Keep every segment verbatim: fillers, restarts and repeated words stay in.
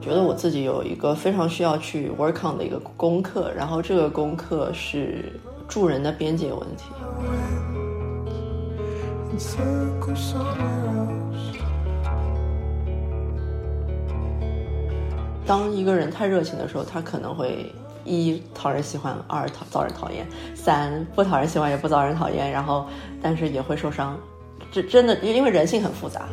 觉得我自己有一个非常需要去 work on 的一个功课，然后这个功课是助人的边界问题。当一个人太热情的时候，他可能会一讨人喜欢，二讨遭人讨厌，三不讨人喜欢也不遭人讨厌，然后但是也会受伤。这真的因为人性很复杂。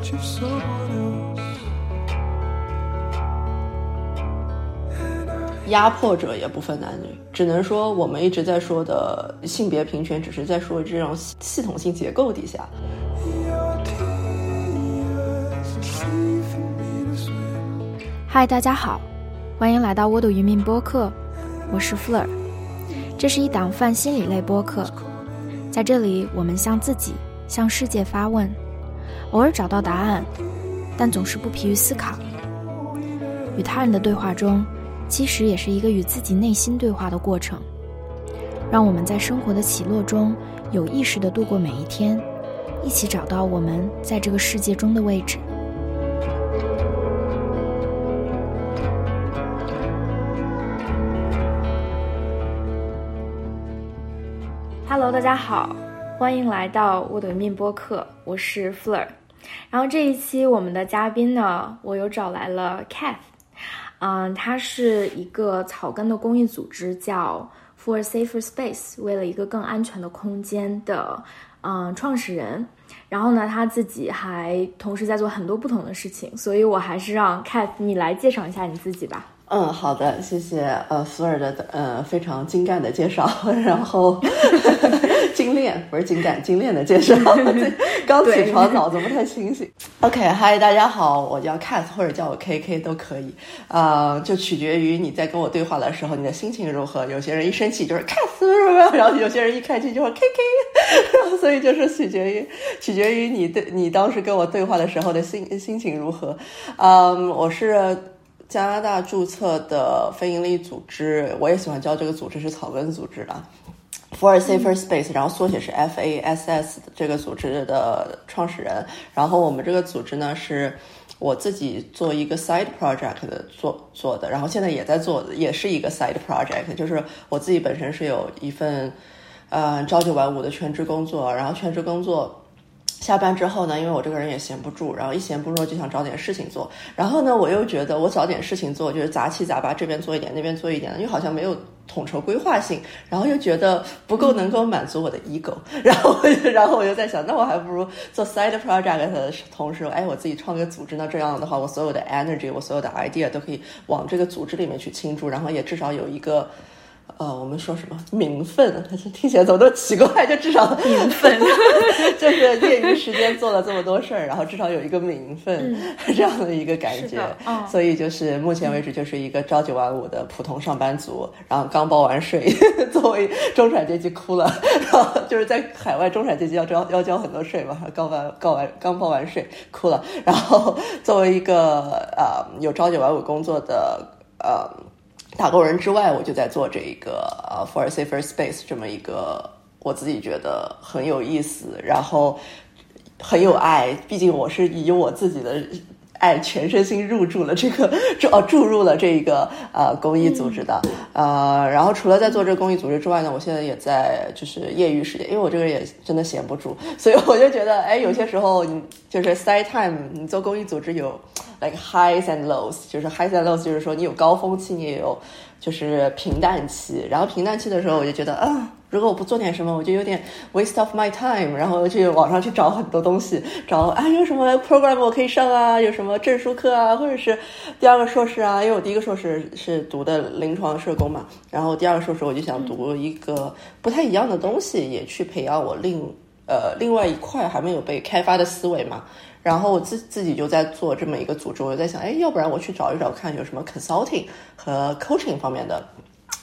压迫者也不分男女，只能说我们一直在说的性别平权只是在说这种系统性结构底下。 嗨，大家好，欢迎来到我的渔民播客，我是 Fleur。 这是一档泛心理类播客，在这里我们向自己向世界发问，偶尔找到答案，但总是不疲于思考。与他人的对话中，其实也是一个与自己内心对话的过程，让我们在生活的起落中有意识地度过每一天，一起找到我们在这个世界中的位置。Hello， 大家好，欢迎来到我的面播客，我是 Fleur。 然后这一期我们的嘉宾呢，我又找来了 Kath。嗯，它是一个草根的公益组织，叫 For a Safer Space， 为了一个更安全的空间的嗯创始人。然后呢，他自己还同时在做很多不同的事情，所以我还是让 Kath 你来介绍一下你自己吧。 嗯，好的，谢谢呃福尔的呃非常精干的介绍，然后精炼不是精干精炼的介绍，刚起床脑子不太清醒。OK， 嗨，大家好，我叫 Kath 或者叫我 K K 都可以，呃，就取决于你在跟我对话的时候你的心情如何。有些人一生气就是 Kath， 然后有些人一开心就说 K K， 然后所以就是取决于取决于你对你当时跟我对话的时候的心心情如何。嗯，我是加拿大注册的非营利组织，我也喜欢叫这个组织是草根组织啦 For a Safer Space， 然后缩写是 F A S S 这个组织的创始人。然后我们这个组织呢是我自己做一个 side project 的做做的，然后现在也在做，也是一个 side project， 就是我自己本身是有一份呃朝九晚五的全职工作，然后全职工作下班之后呢，因为我这个人也闲不住，然后一闲不住就想找点事情做，然后呢我又觉得我找点事情做就是杂七杂八，这边做一点那边做一点，又好像没有统筹规划性，然后又觉得不够能够满足我的 ego， 然后然后我就在想，那我还不如做 side project 的同时，哎，我自己创个组织呢，这样的话我所有的 energy 我所有的 idea 都可以往这个组织里面去倾注，然后也至少有一个呃，我们说什么名分，听起来怎么都奇怪，就至少名分就是业余时间做了这么多事儿，然后至少有一个名分、嗯、这样的一个感觉、哦、所以就是目前为止就是一个朝九晚五的普通上班族，然后刚报完税作为中产阶级哭了，然后就是在海外中产阶级要交要交很多税嘛，刚完刚完刚报完税哭了，然后作为一个呃有朝九晚五工作的呃打工人之外，我就在做这一个呃 For a Safer Space 这么一个我自己觉得很有意思，然后很有爱，毕竟我是以我自己的爱全身心入驻了这个注哦注入了这个呃公益组织的、嗯、呃，然后除了在做这个公益组织之外呢，我现在也在就是业余时间，因为我这个人也真的闲不住，所以我就觉得哎，有些时候你就是 side time， 你做公益组织有like highs and lows， 就是 highs and lows 就是说你有高峰期，你也有就是平淡期，然后平淡期的时候我就觉得啊，如果我不做点什么我就有点 waste of my time， 然后去网上去找很多东西，找啊有什么 program 我可以上啊，有什么证书课啊，或者是第二个硕士啊，因为我第一个硕士是读的临床社工嘛，然后第二个硕士我就想读一个不太一样的东西，也去培养我另呃另外一块还没有被开发的思维嘛。然后我自自己就在做这么一个组织，我就在想，哎，要不然我去找一找看有什么 consulting 和 coaching 方面的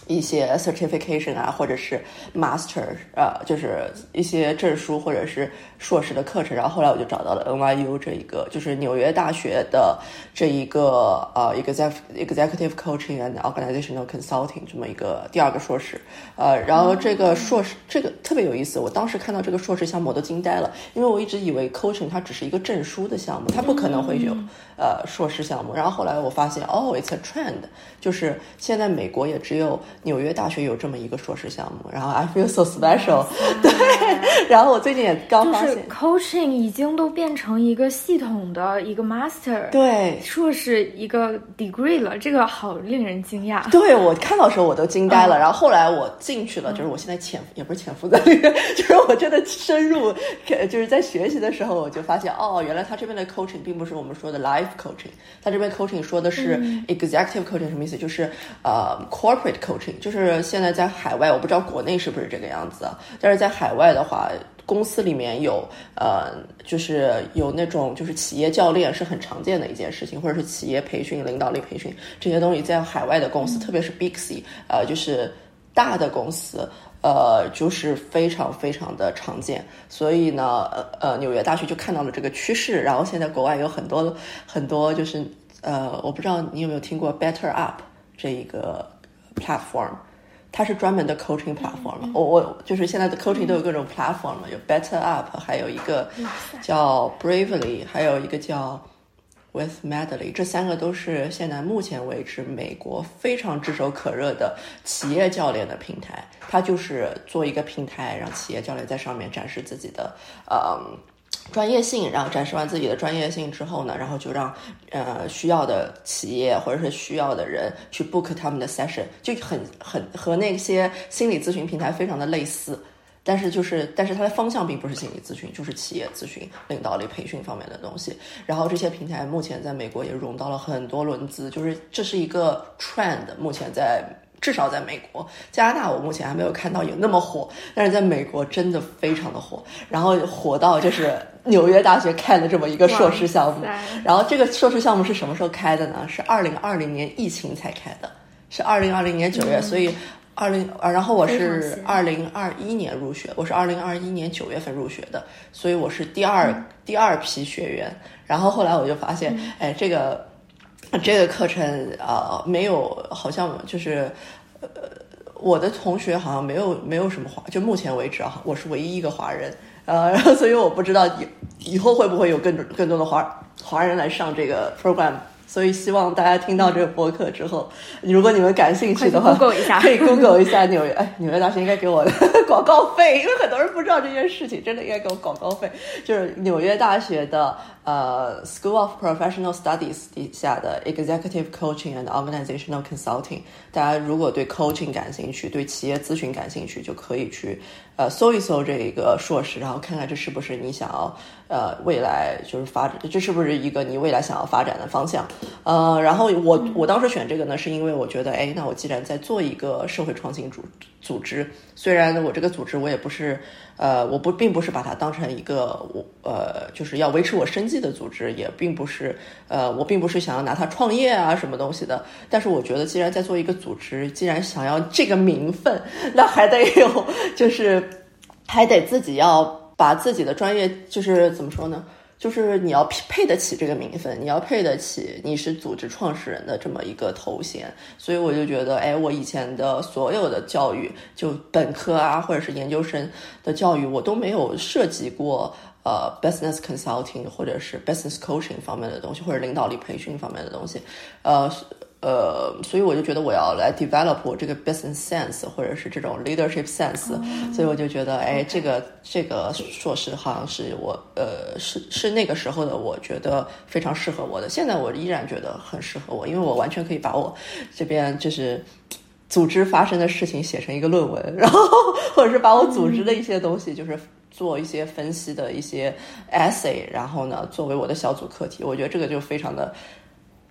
一些 certification 啊，或者是 master， 呃，就是一些证书或者是硕士的课程。然后后来我就找到了 N Y U 这一个，就是纽约大学的这一个呃 executive coaching and organizational consulting 这么一个第二个硕士。呃，然后这个硕士这个特别有意思，我当时看到这个硕士项目我都惊呆了，因为我一直以为 coaching 它只是一个证书的项目，它不可能会有呃硕士项目。然后后来我发现哦 it's a trend， 就是现在美国也只有纽约大学有这么一个硕士项目，然后 I feel so special。 对，然后我最近也刚发现， 就是 coaching 已经都变成一个系统的一个 master， 对， 硕士一个 degree 了，这个好令人惊讶。 对，我看到的时候我都惊呆了。嗯、然后后来我进去了，就是我现在潜也不是潜伏在里面，就是我真的深入，就是在学习的时候我就发现，哦，原来他这边的 coaching 并不是我们说的 life coaching， 他这边 coaching 说的是 executive coaching， 什么意思？就是呃 corporate coaching， 就是现在在海外，我不知道国内是不是这个样子啊，但是在海外的话，公司里面有呃，就是有那种就是企业教练是很常见的一件事情，或者是企业培训、领导力培训这些东西，在海外的公司，嗯、特别是 Big C， 呃，就是大的公司。呃，就是非常非常的常见，所以呢，呃呃，纽约大学就看到了这个趋势，然后现在国外有很多很多，就是呃，我不知道你有没有听过 Better Up 这一个 platform， 它是专门的 coaching platform，嗯、我我就是现在的 coaching 都有各种 platform，有 Better Up， 还有一个叫 Bravely， 还有一个叫With Medley， 这三个都是现在目前为止美国非常炙手可热的企业教练的平台。它就是做一个平台，让企业教练在上面展示自己的呃专业性，然后展示完自己的专业性之后呢，然后就让呃需要的企业或者是需要的人去 book 他们的 session， 就很很和那些心理咨询平台非常的类似。但是就是，但是它的方向并不是心理咨询，就是企业咨询、领导力培训方面的东西。然后这些平台目前在美国也融到了很多轮资，就是这是一个 trend。目前在至少在美国，加拿大我目前还没有看到有那么火，但是在美国真的非常的火。然后火到就是纽约大学开了这么一个硕士项目，然后这个硕士项目是什么时候开的呢？是二零二零年疫情才开的，是二零二零年九月，嗯、所以。二零啊，然后我是二零二一年入学，我是二零二一年九月份入学的，所以我是第二、嗯、第二批学员。然后后来我就发现，嗯、哎，这个这个课程呃没有，好像就是呃我的同学好像没有没有什么华，就目前为止啊，我是唯一一个华人，呃，然后所以我不知道以以后会不会有更多更多的华华人来上这个 program。所以希望大家听到这个播客之后，如果你们感兴趣的话， Google 一下， 可以 Google 一下纽约。哎，纽约大学应该给我广告费，因为很多人不知道这件事情，真的应该给我广告费。就是纽约大学的呃 School of Professional Studies 底下的 Executive Coaching and Organizational Consulting， 大家如果对 coaching 感兴趣，对企业咨询感兴趣，就可以去呃搜一搜这个硕士，然后看看这是不是你想要呃未来就是发展，这是不是一个你未来想要发展的方向。呃，然后我我当时选这个呢，是因为我觉得，哎，那我既然在做一个社会创新组组织，虽然我这个组织我也不是，呃，我不并不是把它当成一个我呃就是要维持我生计的组织，也并不是呃我并不是想要拿它创业啊什么东西的，但是我觉得既然在做一个组织，既然想要这个名分，那还得有就是还得自己要把自己的专业就是怎么说呢？就是你要配得起这个名分，你要配得起你是组织创始人的这么一个头衔，所以我就觉得，哎，我以前的所有的教育，就本科啊或者是研究生的教育，我都没有涉及过呃 business consulting 或者是 business coaching 方面的东西，或者领导力培训方面的东西，呃。呃，所以我就觉得我要来 develop 我这个 business sense 或者是这种 leadership sense，、oh. 所以我就觉得，哎，这个这个硕士好像是我呃是是那个时候的我觉得非常适合我的，现在我依然觉得很适合我，因为我完全可以把我这边就是组织发生的事情写成一个论文，然后或者是把我组织的一些东西就是做一些分析的一些 essay， 然后呢作为我的小组课题，我觉得这个就非常的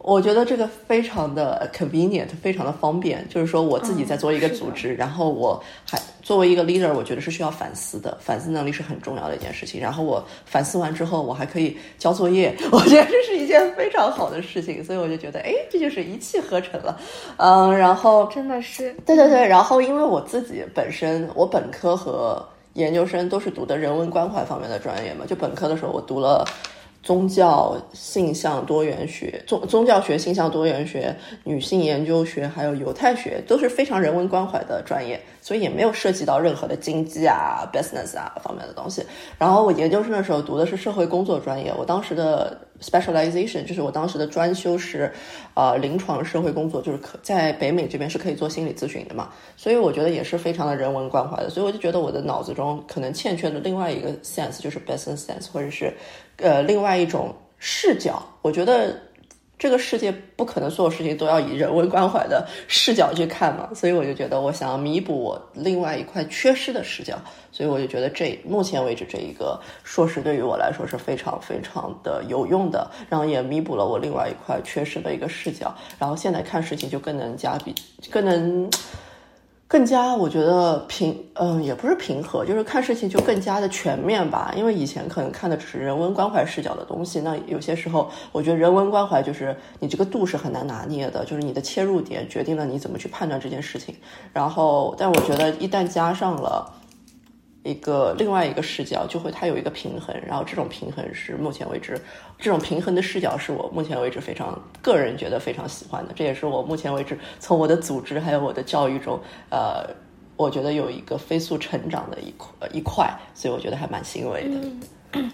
我觉得这个非常的 convenient， 非常的方便。就是说我自己在做一个组织，嗯、然后我还作为一个 leader， 我觉得是需要反思的，反思能力是很重要的一件事情。然后我反思完之后，我还可以交作业，我觉得这是一件非常好的事情。所以我就觉得，哎，这就是一气呵成了。嗯，然后真的是， 对对对。然后因为我自己本身，我本科和研究生都是读的人文关怀方面的专业嘛，就本科的时候我读了宗教性向多元学、宗宗教学、性向多元学、女性研究学，还有犹太学，都是非常人文关怀的专业，所以也没有涉及到任何的经济啊、business 啊方面的东西。然后我研究生的时候读的是社会工作专业，我当时的 specialization 就是我当时的专修是呃临床社会工作，就是可在北美这边是可以做心理咨询的嘛，所以我觉得也是非常的人文关怀的。所以我就觉得我的脑子中可能欠缺的另外一个 sense 就是 business sense， 或者是呃另外一种视角。我觉得这个世界不可能所有事情都要以人文关怀的视角去看嘛，所以我就觉得我想要弥补我另外一块缺失的视角，所以我就觉得这目前为止这一个硕士对于我来说是非常非常的有用的，然后也弥补了我另外一块缺失的一个视角，然后现在看事情就更能加比更能更加我觉得平嗯也不是平和，就是看事情就更加的全面吧。因为以前可能看的只是人文关怀视角的东西，那有些时候我觉得人文关怀就是你这个度是很难拿捏的，就是你的切入点决定了你怎么去判断这件事情。然后但我觉得一旦加上了一个另外一个视角，就会它有一个平衡，然后这种平衡是目前为止这种平衡的视角是我目前为止非常个人觉得非常喜欢的，这也是我目前为止从我的组织还有我的教育中呃，我觉得有一个飞速成长的一块一块，所以我觉得还蛮欣慰的。 嗯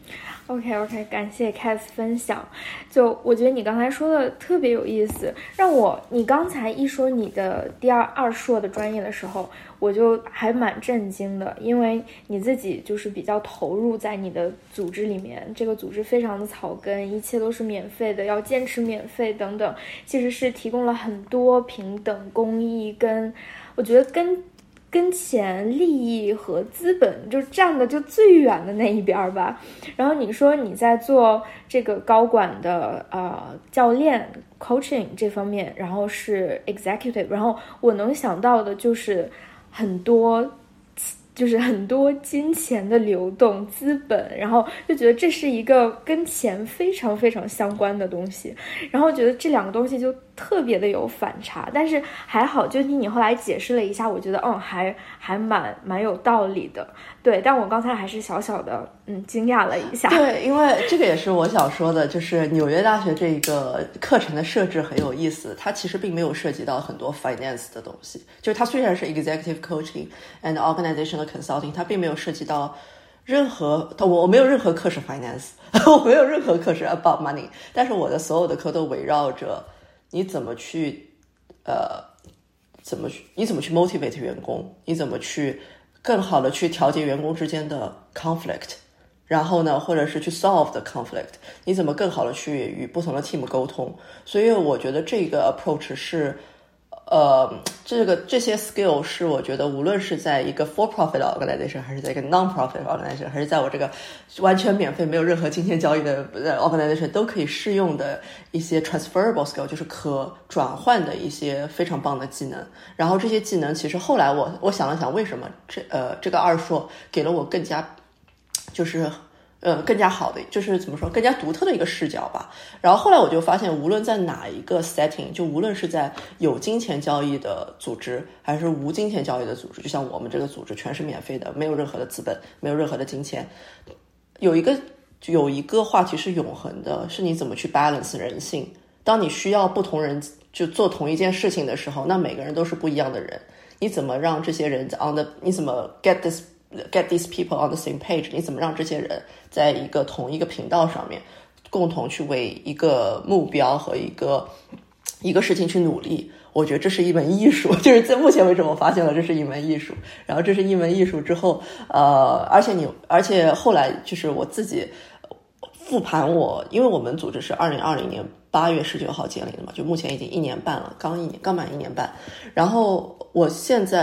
OK OK， 感谢 Cass 分享。就我觉得你刚才说的特别有意思，让我你刚才一说你的第二二硕的专业的时候，我就还蛮震惊的，因为你自己就是比较投入在你的组织里面，这个组织非常的草根，一切都是免费的，要坚持免费等等，其实是提供了很多平等公益跟我觉得跟跟钱、利益和资本就站的就最远的那一边吧。然后你说你在做这个高管的呃教练 coaching 这方面，然后是 executive， 然后我能想到的就是很多就是很多金钱的流动资本，然后就觉得这是一个跟钱非常非常相关的东西，然后觉得这两个东西就特别的有反差，但是还好就听你后来解释了一下，我觉得嗯还还蛮蛮有道理的。对，但我刚才还是小小的嗯惊讶了一下。 对，因为这个也是我想说的，就是纽约大学这一个课程的设置很有意思，它其实并没有涉及到很多 finance 的东西，就是它虽然是 executive coaching and organizational consulting， 它并没有涉及到任何我我没有任何课是 finance， 我没有任何课是 about money， 但是我的所有的课都围绕着你怎么去呃怎么去你怎么去 motivate 员工，你怎么去更好的去调节员工之间的 conflict， 然后呢或者是去 solve the conflict， 你怎么更好的去与不同的 team 沟通。所以我觉得这个 approach 是呃，这个这些 skill 是我觉得无论是在一个 for-profit organization 还是在一个 non-profit organization 还是在我这个完全免费没有任何金钱交易的 organization 都可以适用的一些 transferable skill， 就是可转换的一些非常棒的技能。然后这些技能其实后来我我想了想，为什么这呃这个二硕给了我更加就是呃，更加好的，就是怎么说，更加独特的一个视角吧。然后后来我就发现，无论在哪一个 setting， 就无论是在有金钱交易的组织，还是无金钱交易的组织，就像我们这个组织全是免费的，没有任何的资本，没有任何的金钱，有一个有一个话题是永恒的，是你怎么去 balance 人性。当你需要不同人就做同一件事情的时候，那每个人都是不一样的人，你怎么让这些人 on the 你怎么 get this get these people on the same page， 你怎么让这些人在一个同一个频道上面共同去为一个目标和一个一个事情去努力。我觉得这是一门艺术，就是在目前为止我发现了这是一门艺术。然后这是一门艺术之后呃，而且你而且后来就是我自己复盘我，因为我们组织是二零二零年八月十九号建立的嘛，就目前已经一年半了，刚一年刚满一年半。然后我现在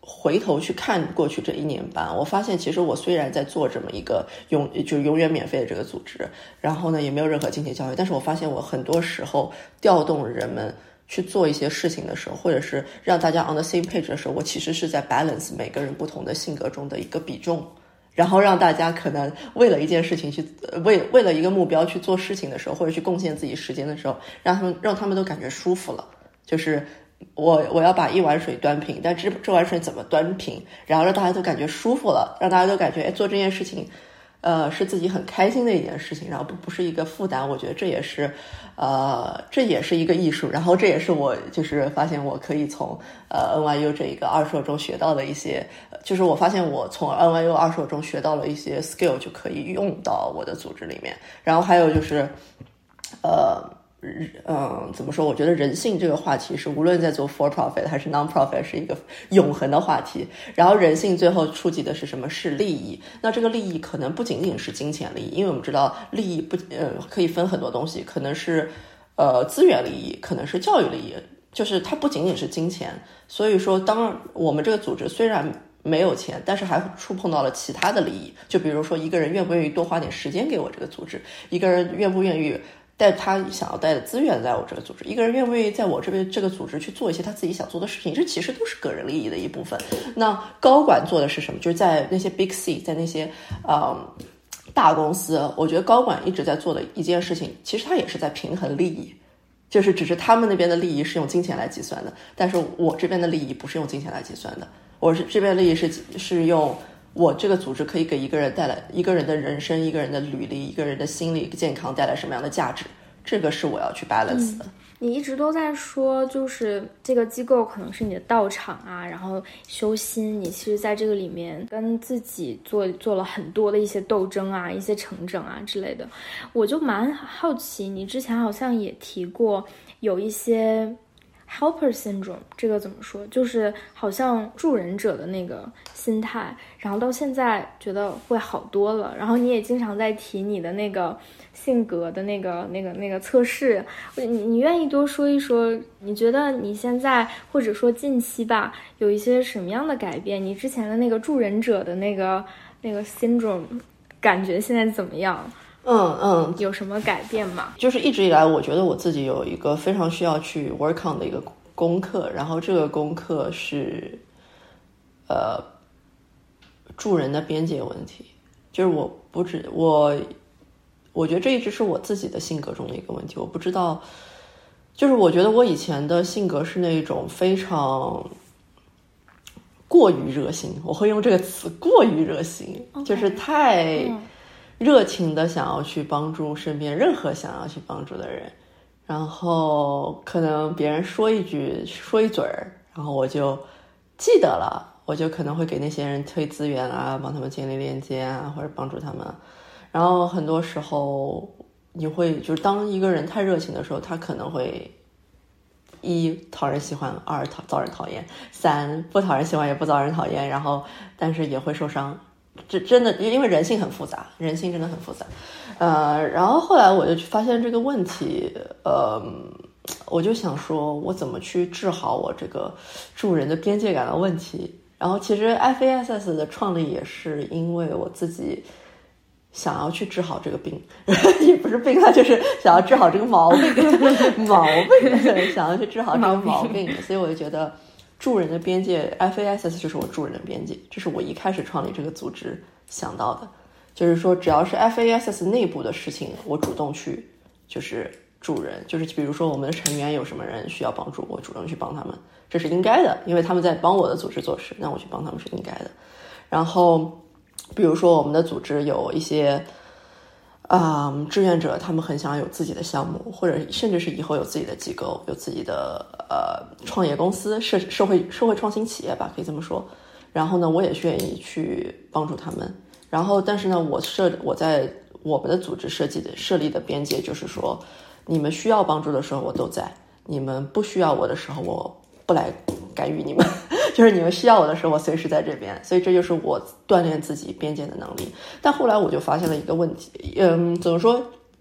回头去看过去这一年半，我发现其实我虽然在做这么一个永就永远免费的这个组织，然后呢也没有任何金钱交易，但是我发现我很多时候调动人们去做一些事情的时候，或者是让大家 on the same page 的时候，我其实是在 balance 每个人不同的性格中的一个比重，然后让大家可能为了一件事情去为为了一个目标去做事情的时候，或者去贡献自己时间的时候，让他们让他们都感觉舒服了，就是我我要把一碗水端平，但这这碗水怎么端平，然后让大家都感觉舒服了，让大家都感觉哎做这件事情呃是自己很开心的一件事情，然后不不是一个负担。我觉得这也是呃这也是一个艺术，然后这也是我就是发现我可以从呃 N Y U 这一个二硕中学到的一些，就是我发现我从 N Y U 二硕中学到了一些 skill 就可以用到我的组织里面。然后还有就是呃嗯，怎么说？我觉得人性这个话题是无论在做 for profit 还是 non profit 是一个永恒的话题。然后人性最后触及的是什么？是利益。那这个利益可能不仅仅是金钱利益，因为我们知道利益不呃可以分很多东西，可能是呃资源利益，可能是教育利益，就是它不仅仅是金钱。所以说，当我们这个组织虽然没有钱，但是还触碰到了其他的利益，就比如说一个人愿不愿意多花点时间给我这个组织，一个人愿不愿意带他想要带的资源在我这个组织，一个人愿不愿意在我这边这个组织去做一些他自己想做的事情，这其实都是个人利益的一部分。那高管做的是什么？就是在那些 big C， 在那些呃大公司，我觉得高管一直在做的一件事情，其实他也是在平衡利益，就是只是他们那边的利益是用金钱来计算的，但是我这边的利益不是用金钱来计算的，我是这边的利益是是用我这个组织可以给一个人带来一个人的人生，一个人的履历，一个人的心理健康带来什么样的价值，这个是我要去 balance 的。 嗯，你一直都在说就是这个机构可能是你的道场啊，然后修心，你其实在这个里面跟自己做做了很多的一些斗争啊，一些成长啊之类的。我就蛮好奇，你之前好像也提过有一些helper syndrome， 这个怎么说？就是好像助人者的那个心态，然后到现在觉得会好多了。然后你也经常在提你的那个性格的那个、那个、那个测试。你你愿意多说一说？你觉得你现在或者说近期吧，有一些什么样的改变？你之前的那个助人者的那个那个 syndrome， 感觉现在怎么样？ 嗯嗯， 有什么改变吗？ 就是一直以来我觉得我自己有一个非常需要去 work on 的一个功课，然后这个功课是呃助人的边界问题。就是我不知我我觉得这一直是我自己的性格中的一个问题。我不知道，就是我觉得我以前的性格是那种非常过于热心，我会用这个词，过于热心， okay， 就是太、嗯热情的想要去帮助身边任何想要去帮助的人，然后可能别人说一句说一嘴儿，然后我就记得了，我就可能会给那些人推资源啊，帮他们建立链接啊，或者帮助他们。然后很多时候你会就是当一个人太热情的时候，他可能会一讨人喜欢，二讨遭人讨厌，三不讨人喜欢也不遭人讨厌，然后但是也会受伤。这真的，因为人性很复杂，人性真的很复杂。呃，然后后来我就发现这个问题，呃，我就想说，我怎么去治好我这个助人的边界感的问题？然后其实 F A S S 的创立也是因为我自己想要去治好这个病，也不是病啊，就是想要治好这个毛病，毛病，想要去治好这个毛病，所以我就觉得。助人的边界 F A S S 就是我助人的边界，这是我一开始创立这个组织想到的，就是说只要是 F A S S 内部的事情，我主动去就是助人，就是比如说我们的成员有什么人需要帮助，我主动去帮他们，这是应该的，因为他们在帮我的组织做事，那我去帮他们是应该的。然后比如说我们的组织有一些啊、嗯，志愿者他们很想有自己的项目，或者甚至是以后有自己的机构，有自己的呃创业公司，社社会社会创新企业吧，可以这么说。然后呢，我也愿意去帮助他们。然后，但是呢，我设我在我们的组织设计的设立的边界就是说，你们需要帮助的时候我都在，你们不需要我的时候我不来干预你们。就是你们需要我的时候我随时在这边，所以这就是我锻炼自己边界的能力。但后来我就发现了一个问题，嗯，怎么说，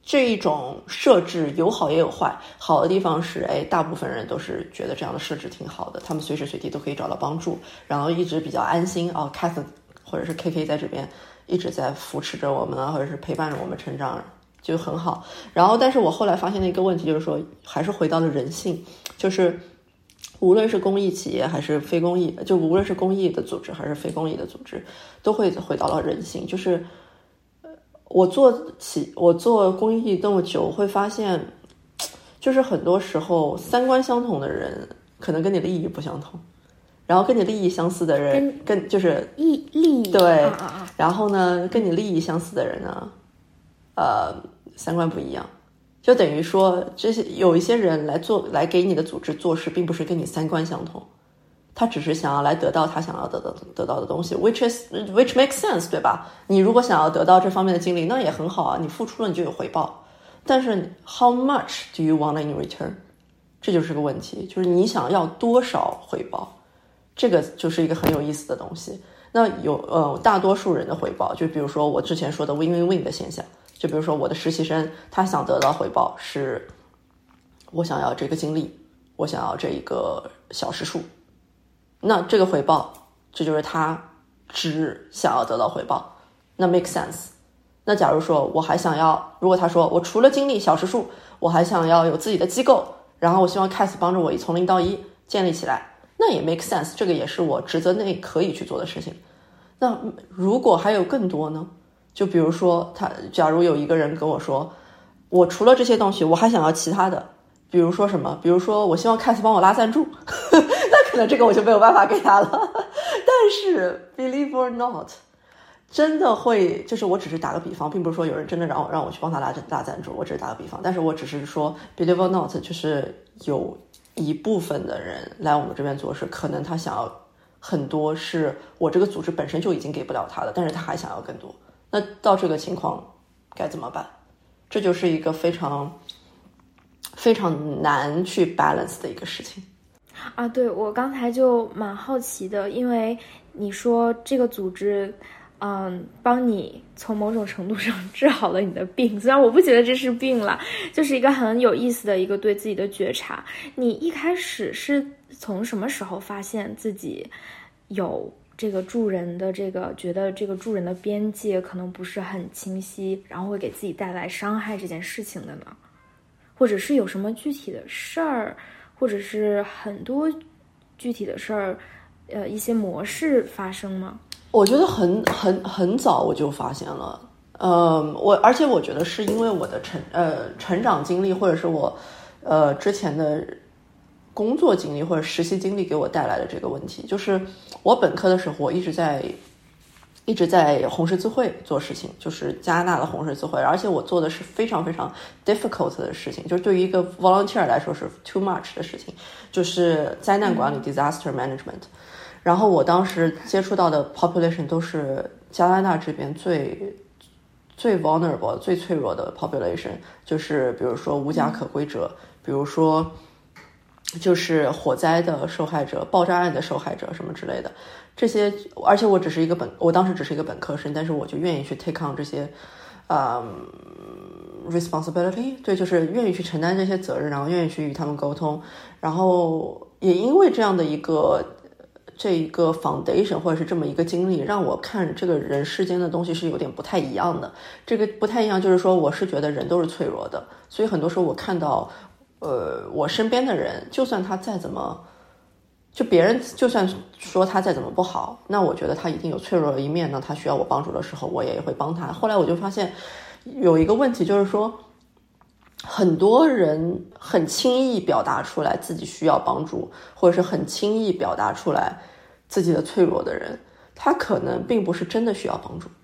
这一种设置有好也有坏，好的地方是，哎，大部分人都是觉得这样的设置挺好的，他们随时随地都可以找到帮助，然后一直比较安心哦 Kath 或者是 K K 在这边一直在扶持着我们啊，或者是陪伴着我们成长，就很好。然后但是我后来发现的一个问题就是说，还是回到了人性，就是无论是公益企业还是非公益，就无论是公益的组织还是非公益的组织，都会回到了人性。就是我做起我做公益那么久，会发现就是很多时候三观相同的人可能跟你利益不相同，然后跟你利益相似的人跟, 跟就是利利益对、 啊啊啊， 然后呢跟你利益相似的人呢呃三观不一样，就等于说这些有一些人来做来给你的组织做事，并不是跟你三观相同，他只是想要来得到他想要得到得到的东西 which is which makes sense， 对吧？你如果想要得到这方面的经历，那也很好啊，你付出了你就有回报，但是 how much do you want in return， 这就是个问题，就是你想要多少回报，这个就是一个很有意思的东西。那有呃大多数人的回报，就比如说我之前说的 win win win 的现象，就比如说我的实习生他想得到回报是我想要这个经历，我想要这一个小时数，那这个回报这就是他只想要得到回报，那 make sense。 那假如说我还想要，如果他说我除了经历小时数，我还想要有自己的机构，然后我希望 Kath 帮助我从零到一建立起来，那也 make sense， 这个也是我职责内可以去做的事情。那如果还有更多呢？就比如说他假如有一个人跟我说，我除了这些东西我还想要其他的，比如说什么，比如说我希望 Kath 帮我拉赞助那可能这个我就没有办法给他了但是 believe or not， 真的会，就是我只是打个比方，并不是说有人真的让我让我去帮他拉拉赞助，我只是打个比方，但是我只是说 believe or not， 就是有一部分的人来我们这边做事，可能他想要很多是我这个组织本身就已经给不了他的，但是他还想要更多，那到这个情况该怎么办？这就是一个非常非常难去 balance 的一个事情啊。对，我刚才就蛮好奇的，因为你说这个组织嗯，帮你从某种程度上治好了你的病，虽然我不觉得这是病了，就是一个很有意思的一个对自己的觉察。你一开始是从什么时候发现自己有这个助人的这个觉得这个助人的边界可能不是很清晰，然后会给自己带来伤害这件事情的呢？或者是有什么具体的事儿，或者是很多具体的事儿，呃，一些模式发生吗？ 我觉得很很很早我就发现了，嗯，我而且我觉得是因为我的成呃成长经历，或者是我呃之前的工作经历或者实习经历给我带来的这个问题，就是我本科的时候我一直在一直在红十字会做事情，就是加拿大的红十字会，而且我做的是非常非常 difficult 的事情，就是对于一个 volunteer 来说是 too much 的事情，就是灾难管理、嗯、disaster management。然后我当时接触到的 population 都是加拿大这边最最 vulnerable 最脆弱的 population， 就是比如说无家可归者、嗯、比如说就是火灾的受害者、爆炸案的受害者什么之类的，这些，而且我只是一个本我当时只是一个本科生，但是我就愿意去 take on 这些嗯、um, responsibility， 对，就是愿意去承担这些责任，然后愿意去与他们沟通，然后也因为这样的一个这一个 foundation 或者是这么一个经历，让我看这个人世间的东西是有点不太一样的。这个不太一样就是说，我是觉得人都是脆弱的，所以很多时候我看到呃，我身边的人，就算他再怎么就别人就算说他再怎么不好，那我觉得他一定有脆弱的一面呢，他需要我帮助的时候我也会帮他。后来我就发现有一个问题，就是说很多人很轻易表达出来自己需要帮助，或者是很轻易表达出来自己的脆弱的人，他可能并不是真的需要帮助。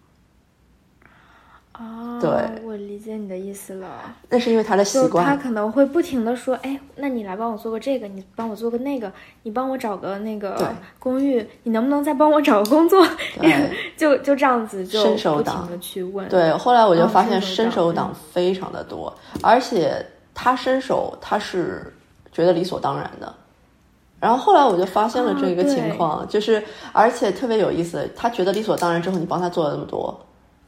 哦， 对， 我理解你的意思了。 那是因为他的习惯， 他可能会不停的说，哎，那你来帮我做个这个，你帮我做个那个，你帮我找个那个公寓，你能不能再帮我找个工作？就就这样子就不停的去问。 对，后来我就发现伸手党非常的多、嗯、而且他伸手他是觉得理所当然的。然后后来我就发现了这个情况、哦、就是而且特别有意思，他觉得理所当然之后，你帮他做了那么多，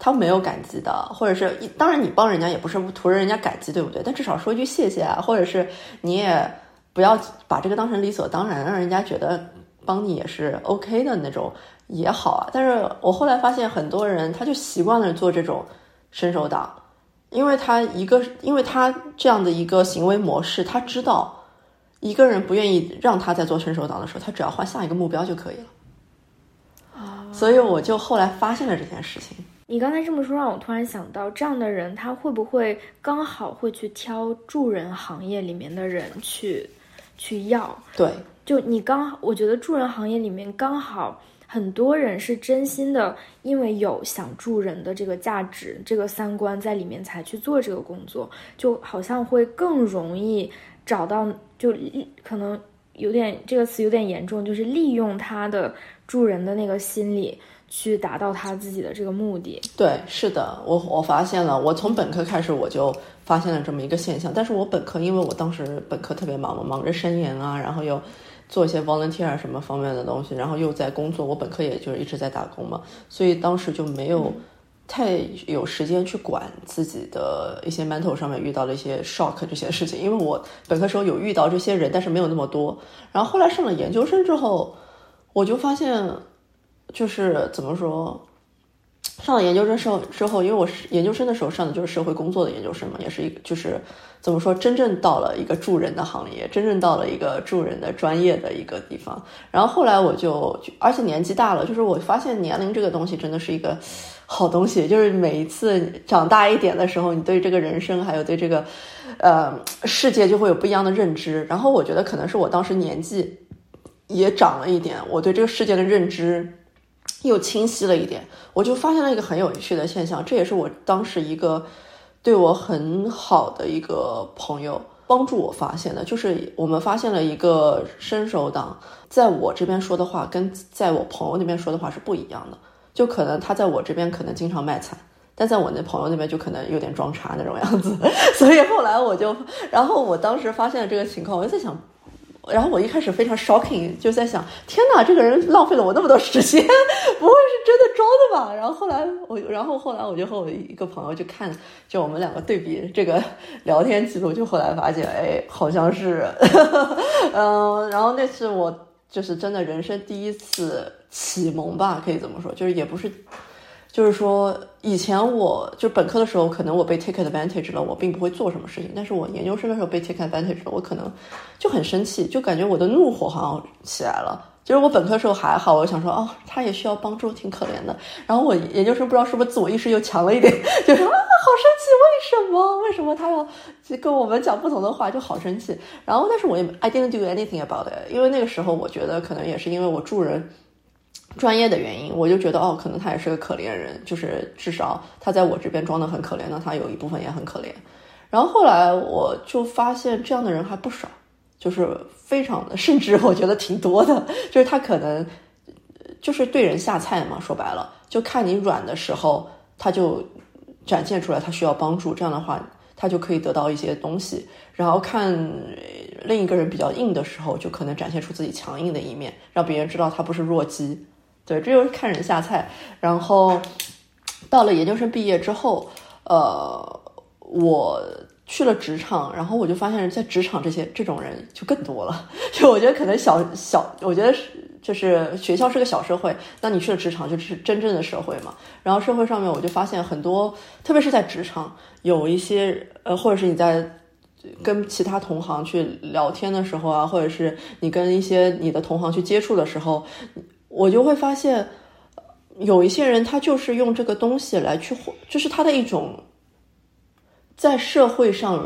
他没有感激的，或者是当然你帮人家也不是图人家感激，对不对？但至少说一句谢谢啊，或者是你也不要把这个当成理所当然，让人家觉得帮你也是 OK 的那种也好啊。但是我后来发现很多人他就习惯了做这种伸手党，因为他一个因为他这样的一个行为模式，他知道一个人不愿意让他在做伸手党的时候，他只要换下一个目标就可以了。所以我就后来发现了这件事情。 你刚才这么说让我突然想到，这样的人他会不会刚好会去挑助人行业里面的人去去要？ 对， 就你刚好，我觉得助人行业里面刚好很多人是真心的，因为有想助人的这个价值这个三观在里面才去做这个工作，就好像会更容易找到，就可能有点这个词有点严重，就是利用他的助人的那个心理去达到他自己的这个目的。 对，是的，我我发现了，我从本科开始我就发现了这么一个现象。但是我本科因为我当时本科特别忙，我忙着申研啊，然后又做一些 volunteer 什么方面的东西，然后又在工作，我本科也就是一直在打工嘛，所以当时就没有太有时间去管自己的一些 mental 上面遇到的一些 shock 这些事情。因为我本科时候有遇到这些人，但是没有那么多。然后后来上了研究生之后，我就发现就是怎么说，上了研究生时候之后，因为我是研究生的时候上的就是社会工作的研究生嘛，也是一个就是怎么说，真正到了一个助人的行业，真正到了一个助人的专业的一个地方。然后后来我就，而且年纪大了，就是我发现年龄这个东西真的是一个好东西，就是每一次长大一点的时候，你对这个人生还有对这个呃世界就会有不一样的认知。然后我觉得可能是我当时年纪也长了一点，我对这个世界的认知又清晰了一点，我就发现了一个很有趣的现象，这也是我当时一个对我很好的一个朋友帮助我发现的，就是我们发现了一个伸手党在我这边说的话跟在我朋友那边说的话是不一样的。就可能他在我这边可能经常卖惨，但在我那朋友那边就可能有点装叉那种样子。所以后来我就，然后我当时发现了这个情况，我就在想，然后我一开始非常 shocking， 就在想，天哪，这个人浪费了我那么多时间，不会是真的装的吧？然后后来我，然后后来我就和我一个朋友就看，就我们两个对比这个聊天记录，就后来发现，哎，好像是，嗯，然后那是我就是真的人生第一次启蒙吧，可以这么说，就是也不是。就是说以前我就本科的时候可能我被 take advantage 了，我并不会做什么事情，但是我研究生的时候被 take advantage 了，我可能就很生气，就感觉我的怒火好像起来了。就是我本科的时候还好，我想说哦，他也需要帮助，挺可怜的。然后我研究生不知道是不是自我意识又强了一点，就是啊好生气，为什么为什么他要跟我们讲不同的话，就好生气。然后但是我也 I didn't do anything about it， 因为那个时候我觉得可能也是因为我助人专业的原因，我就觉得哦，可能他也是个可怜人，就是至少他在我这边装得很可怜，那他有一部分也很可怜。然后后来我就发现这样的人还不少，就是非常的，甚至我觉得挺多的，就是他可能就是对人下菜嘛，说白了，就看你软的时候，他就展现出来他需要帮助，这样的话他就可以得到一些东西。然后看另一个人比较硬的时候，就可能展现出自己强硬的一面，让别人知道他不是弱鸡。对，这就是看人下菜。然后到了研究生毕业之后，呃，我去了职场，然后我就发现在职场这些这种人就更多了。就我觉得可能小小，我觉得是就是学校是个小社会，那你去了职场就是真正的社会嘛。然后社会上面我就发现很多，特别是在职场有一些呃，或者是你在跟其他同行去聊天的时候啊，或者是你跟一些你的同行去接触的时候，我就会发现有一些人他就是用这个东西来去，就是他的一种在社会上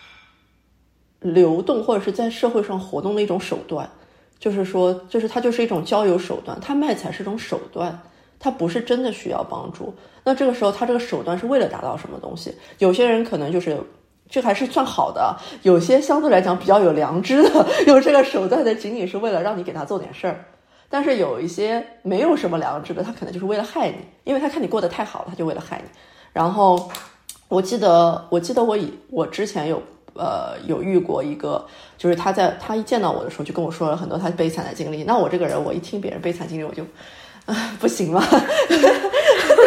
流动或者是在社会上活动的一种手段，就是说就是他就是一种交友手段，他卖惨是一种手段，他不是真的需要帮助。那这个时候他这个手段是为了达到什么东西？有些人可能就是这还是算好的，有些相对来讲比较有良知的用这个手段的仅仅是为了让你给他做点事儿。但是有一些没有什么良知的，他可能就是为了害你，因为他看你过得太好了，他就为了害你。然后我记得我记得我以我之前有呃有遇过一个，就是他在他一见到我的时候就跟我说了很多他悲惨的经历。那我这个人我一听别人悲惨经历我就啊、呃、不行了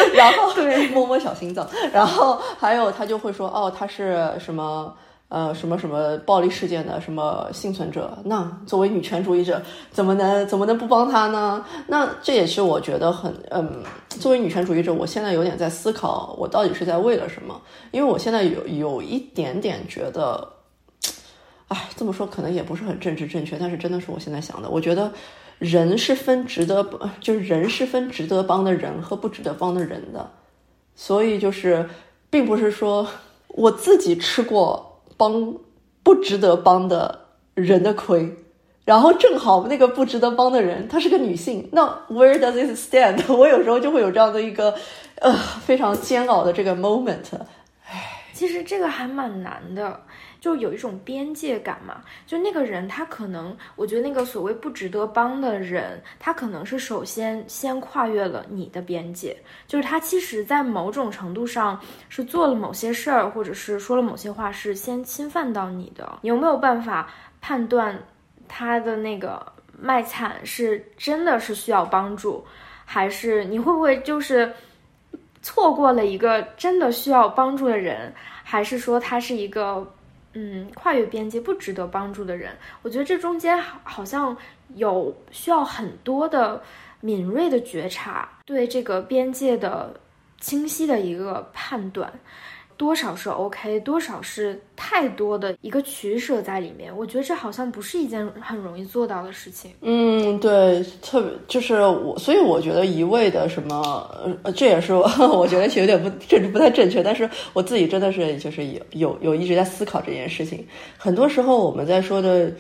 然后对摸摸小心脏，然后还有他就会说哦他是什么呃什么什么暴力事件的什么幸存者，那作为女权主义者怎么能怎么能不帮他呢？那这也是我觉得很嗯，作为女权主义者，我现在有点在思考我到底是在为了什么，因为我现在有有一点点觉得。哎，这么说可能也不是很政治正确，但是真的是我现在想的。我觉得人是分值得，就是人是分值得帮的人和不值得帮的人的。所以就是，并不是说我自己吃过帮不值得帮的人的亏，然后正好那个不值得帮的人她是个女性，那 where does it stand？ 我有时候就会有这样的一个呃非常煎熬的这个 moment。唉， 其实这个还蛮难的。就有一种边界感嘛，就那个人他可能，我觉得那个所谓不值得帮的人，他可能是首先先跨越了你的边界，就是他其实在某种程度上是做了某些事儿，或者是说了某些话是先侵犯到你的。你有没有办法判断他的那个卖惨是真的是需要帮助，还是你会不会就是错过了一个真的需要帮助的人，还是说他是一个嗯，跨越边界不值得帮助的人？我觉得这中间好像有需要很多的敏锐的觉察，对这个边界的清晰的一个判断，多少是 OK， 多少是太多的一个取舍在里面。我觉得这好像不是一件很容易做到的事情。 嗯，对，特别就是我，所以我觉得一味的什么，呃，这也是我我觉得有点不政治不太正确，但是我自己真的是就是有有有一直在思考这件事情。很多时候我们在说的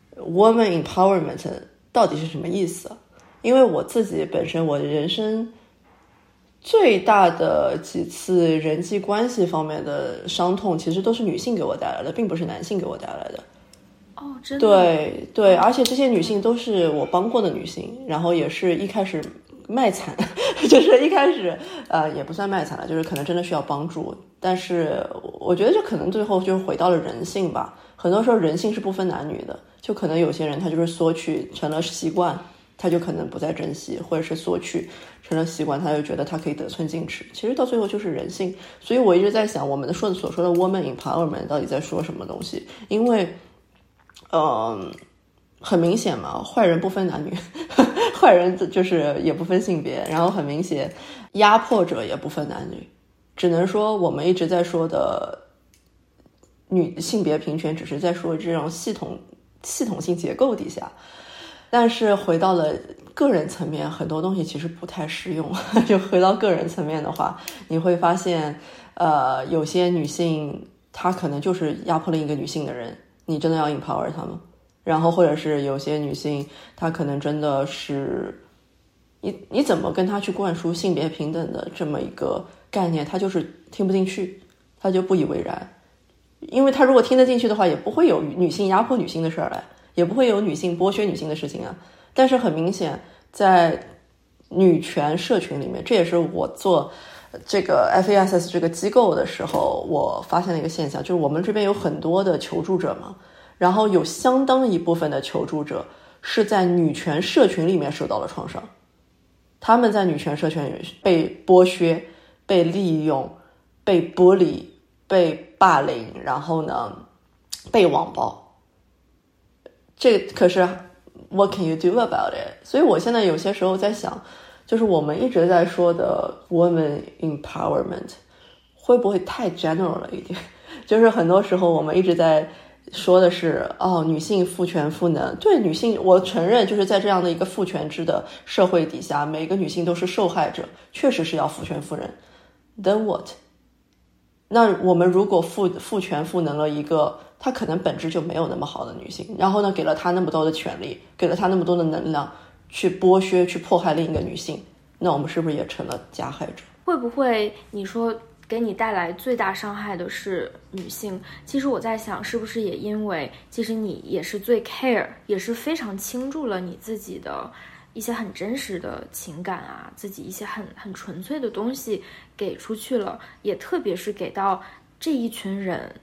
woman empowerment 到底是什么意思？因为我自己本身我的人生最大的几次人际关系方面的伤痛，其实都是女性给我带来的，并不是男性给我带来的。 哦，真的？ 对对，而且这些女性都是我帮过的女性，然后也是一开始卖惨，就是一开始呃也不算卖惨了，就是可能真的需要帮助，但是我觉得这可能最后就是回到了人性吧。很多时候人性是不分男女的，就可能有些人他就是索取成了习惯，他就可能不再珍惜，或者是索取成了习惯，他就觉得他可以得寸进尺，其实到最后就是人性。所以我一直在想我们的说所说的 woman empowerment 到底在说什么东西，因为嗯、呃，很明显嘛，坏人不分男女坏人就是也不分性别，然后很明显压迫者也不分男女，只能说我们一直在说的女性别平权只是在说这种系统系统性结构底下，但是回到了个人层面，很多东西其实不太适用。就回到个人层面的话，你会发现呃，有些女性她可能就是压迫另一个女性的人，你真的要 empower 她吗？然后或者是有些女性她可能真的是你你怎么跟她去灌输性别平等的这么一个概念，她就是听不进去，她就不以为然。因为她如果听得进去的话，也不会有女性压迫女性的事儿来，也不会有女性剥削女性的事情啊。但是很明显在女权社群里面，这也是我做这个 F A S S 这个机构的时候我发现的一个现象，就是我们这边有很多的求助者嘛，然后有相当一部分的求助者是在女权社群里面受到了创伤，他们在女权社群里被剥削、被利用、被剥离、被霸凌，然后呢被网暴。这可是 what can you do about it？ 所以我现在有些时候在想，就是我们一直在说的 woman empowerment 会不会太 general 了一点？就是很多时候我们一直在说的是哦，女性父权赋能，对女性，我承认就是在这样的一个父权制的社会底下，每个女性都是受害者，确实是要父权赋能。Then what？ 那我们如果父父权赋能了一个她可能本质就没有那么好的女性，然后呢给了她那么多的权利，给了她那么多的能量去剥削去迫害另一个女性，那我们是不是也成了加害者？ 会不会你说给你带来最大伤害的是女性，其实我在想是不是也因为其实你也是最 care， 也是非常倾注了你自己的一些很真实的情感啊，自己一些很很纯粹的东西给出去了，也特别是给到这一群人，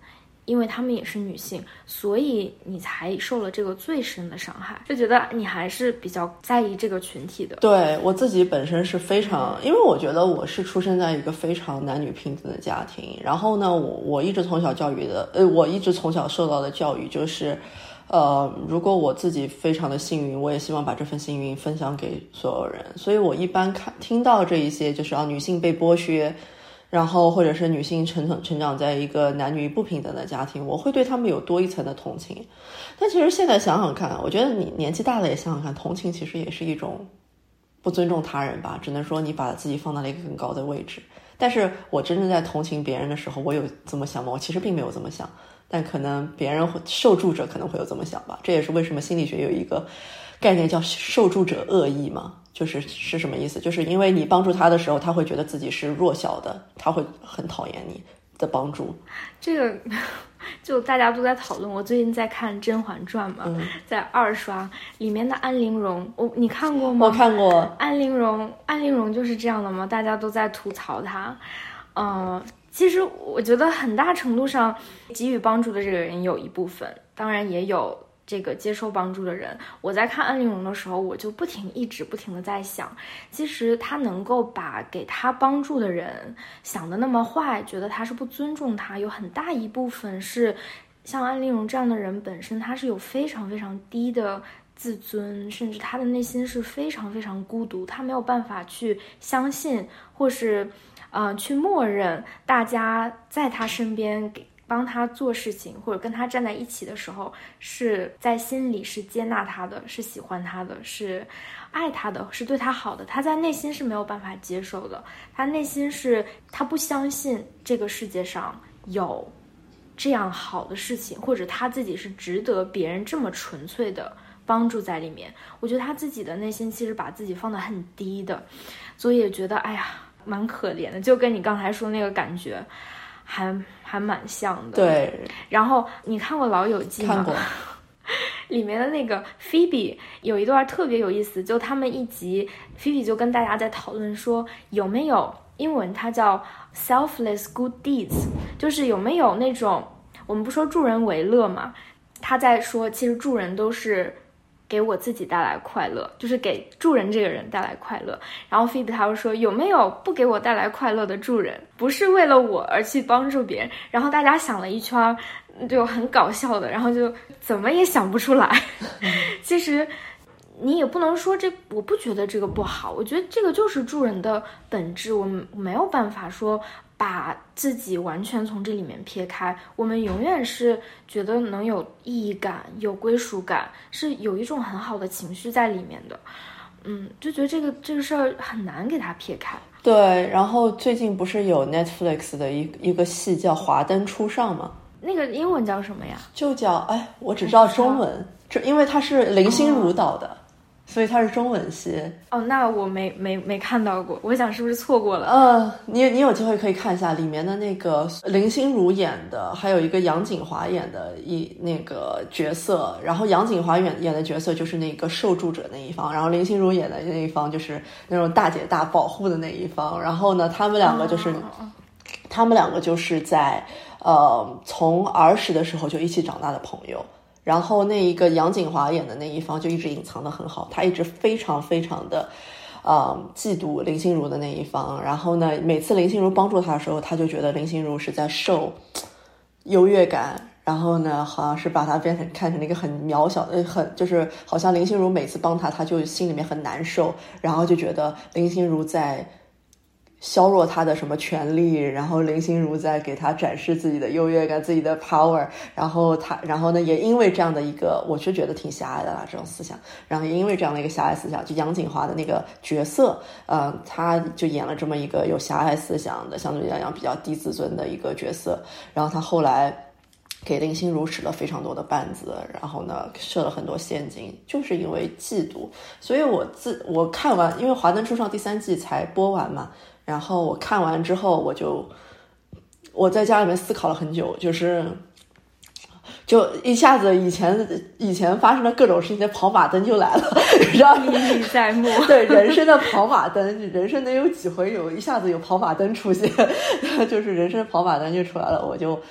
因为她们也是女性，所以你才受了这个最深的伤害，就觉得你还是比较在意这个群体的。 对，我自己本身是非常，因为我觉得我是出生在一个非常男女平等的家庭，然后呢，我我一直从小教育的，呃，我一直从小受到的教育就是，呃，如果我自己非常的幸运，我也希望把这份幸运分享给所有人，所以我一般看听到这一些，就是啊，女性被剥削。然后或者是女性成长成长在一个男女不平等的家庭，我会对他们有多一层的同情。但其实现在想想看，我觉得你年纪大了也想想看，同情其实也是一种不尊重他人吧，只能说你把自己放到了一个更高的位置。但是我真正在同情别人的时候，我有这么想吗？我其实并没有这么想，但可能别人会受助者可能会有这么想吧。这也是为什么心理学有一个概念叫受助者恶意嘛，就是是什么意思？就是因为你帮助他的时候，他会觉得自己是弱小的，他会很讨厌你的帮助。 这个就大家都在讨论，我最近在看《甄嬛传》嘛，嗯、在二刷里面的安陵容，我你看过吗？ 我看过。 安陵容，安陵容就是这样的吗？大家都在吐槽她。嗯、呃，其实我觉得很大程度上给予帮助的这个人有一部分，当然也有这个接受帮助的人。我在看安陵容的时候，我就不停一直不停的在想，其实他能够把给他帮助的人想的那么坏，觉得他是不尊重他，有很大一部分是像安陵容这样的人本身他是有非常非常低的自尊，甚至他的内心是非常非常孤独，他没有办法去相信或是呃去默认大家在他身边给帮他做事情或者跟他站在一起的时候是在心里是接纳他的，是喜欢他的，是爱他的，是对他好的，他在内心是没有办法接受的，他内心是他不相信这个世界上有这样好的事情，或者他自己是值得别人这么纯粹的帮助在里面。我觉得他自己的内心其实把自己放得很低的，所以也觉得哎呀蛮可怜的，就跟你刚才说那个感觉还还蛮像的。 对， 然后你看过《老友记》吗？ 看过。 里面的那个菲比有一段特别有意思，就他们一集菲比就跟大家在讨论说有没有，英文它叫 selfless good deeds， 就是有没有那种我们不说助人为乐嘛，他在说其实助人都是给我自己带来快乐，就是给助人这个人带来快乐。然后菲比他会说有没有不给我带来快乐的助人，不是为了我而去帮助别人。然后大家想了一圈就很搞笑的，然后就怎么也想不出来。其实你也不能说这，我不觉得这个不好，我觉得这个就是助人的本质，我们没有办法说把自己完全从这里面撇开，我们永远是觉得能有意义感，有归属感，是有一种很好的情绪在里面的。嗯，就觉得这个这个事儿很难给它撇开。 对，然后最近不是有 Netflix 的一一个戏叫《华灯初上》吗？ 那个英文叫什么呀？ 就叫哎，我只知道中文，这因为它是林心如导的。哦，所以它是中文戏。 哦，那我没没没看到过，我想是不是错过了？ 呃，你你有机会可以看一下里面的那个林心如演的，还有一个杨谨华演的一那个角色。然后杨谨华演演的角色就是那个受助者那一方，然后林心如演的那一方就是那种大姐大保护的那一方。然后呢，他们两个就是，哦、他们两个就是在呃从儿时的时候就一起长大的朋友。然后那一个杨谨华演的那一方就一直隐藏得很好，他一直非常非常的呃嫉妒林心如的那一方。然后呢，每次林心如帮助他的时候，他就觉得林心如是在受优越感，然后呢好像是把他变成看成了一个很渺小的，很就是好像林心如每次帮他，他就心里面很难受，然后就觉得林心如在削弱他的什么权利，然后林心如在给他展示自己的优越感，自己的 power。 然后他然后呢也因为这样的一个，我是觉得挺狭隘的啦这种思想，然后也因为这样的一个狭隘思想，就杨谨华的那个角色呃，他就演了这么一个有狭隘思想的，相对来讲比较低自尊的一个角色。然后他后来给林心如使了非常多的绊子，然后呢设了很多陷阱，就是因为嫉妒。所以我自我看完，因为《华灯初上》第三季才播完嘛，然后我看完之后，我就我在家里面思考了很久，就是就一下子以前以前发生的各种事情的跑马灯就来了，然后历历在目。 对，人生的跑马灯，人生能有几回有一下子有跑马灯出现，就是人生的跑马灯就出来了，我就